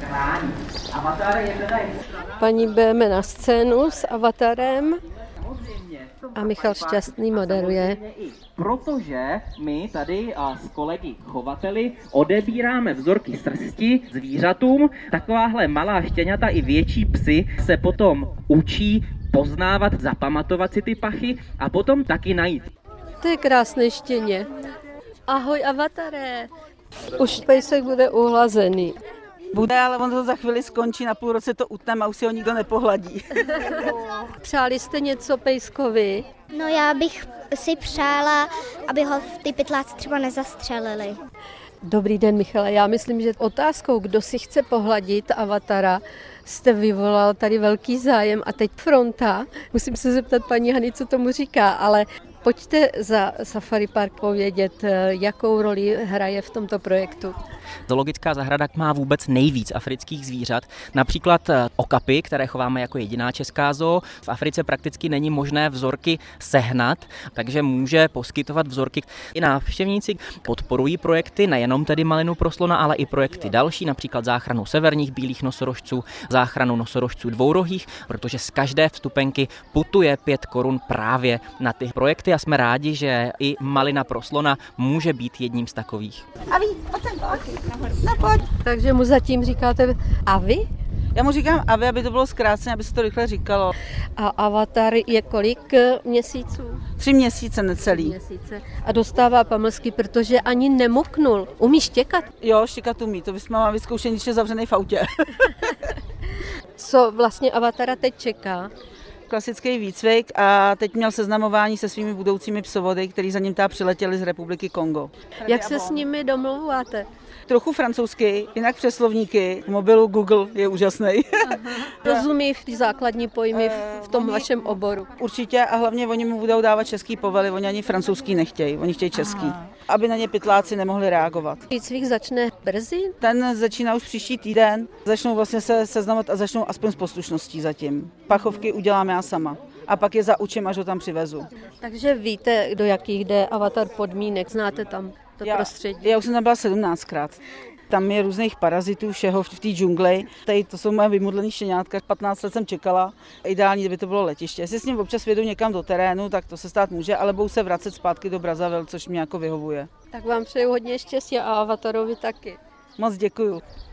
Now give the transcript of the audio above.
chrání. Avatar je teda... Paní jdeme na scénu s Avatarem a Michal Šťastný moderuje. Protože my tady s kolegy chovateli odebíráme vzorky srsti zvířatům, takováhle malá štěňata i větší psy se potom učí poznávat, zapamatovat si ty pachy a potom taky najít. To je krásné štěně. Ahoj, Avatare. Už pejsek bude uhlazený. Bude, ale on to za chvíli skončí, na půl roce to utnem a už si ho nikdo nepohladí. Přáli jste něco pejskovi? No já bych si přála, aby ho v ty pytláci třeba nezastřelili. Dobrý den, Michale. Já myslím, že otázkou, kdo si chce pohladit Avatara, jste vyvolal tady velký zájem a teď fronta. Musím se zeptat paní Hany, co tomu říká, ale pojďte za Safari Park povědět, jakou roli hraje v tomto projektu. Zoologická zahrada má vůbec nejvíc afrických zvířat, například okapy, které chováme jako jediná česká zoo. V Africe prakticky není možné vzorky sehnat, takže může poskytovat vzorky. I návštěvníci podporují projekty, nejenom tedy Malinu pro slona, ale i projekty další, například záchranu severních bílých nosorožců, záchranu nosorožců dvourohých, protože z každé vstupenky putuje 5 korun právě na ty projekty a jsme rádi, že i Malina pro slona může být jedním z takových. A ví, pojď. No pojď. Takže mu zatím říkáte Avi? Já mu říkám Avi, aby to bylo zkráceně, aby se to rychle říkalo. A Avatar je kolik měsíců? 3 měsíce necelý. 3 měsíce. A dostává pamlsky, protože ani nemoknul. Umí štěkat? Jo, štěkat umí, to bychom mám vyzkoušení, když je zavřený v autě. Co vlastně Avatara teď čeká? Klasický výcvik a teď měl seznamování se svými budoucími psovody, kteří za ním přiletěli z Republiky Kongo. Jak se s nimi domlouváte? Trochu francouzsky, jinak přeslovníky. V mobilu Google je úžasný. Rozumí ty základní pojmy v tom vašem oboru? Určitě a hlavně oni mu budou dávat český povely, oni ani francouzský nechtějí, oni chtějí český. Aby na ně pytláci nemohli reagovat. Výcvik začne brzy? Ten začíná už příští týden, začnou vlastně se seznamovat a začnou aspoň s poslušností zatím. Pachovky udělám já sama. A pak je zaučím, až ho tam přivezu. Takže víte, do jakých jde Avatar podmínek, znáte tam to prostředí? Já už jsem tam byla 17krát. Tam je různých parazitů, všeho v té džungli. Tady to jsou moje vymodlený štěňátka, 15 let jsem čekala. Ideální, kdyby to bylo letiště. Jestli s ním občas vědu někam do terénu, tak to se stát může, ale budou se vracet zpátky do Brazzaville, což mě jako vyhovuje. Tak vám přeju hodně štěstí a Avatarovi taky. Moc děkuju.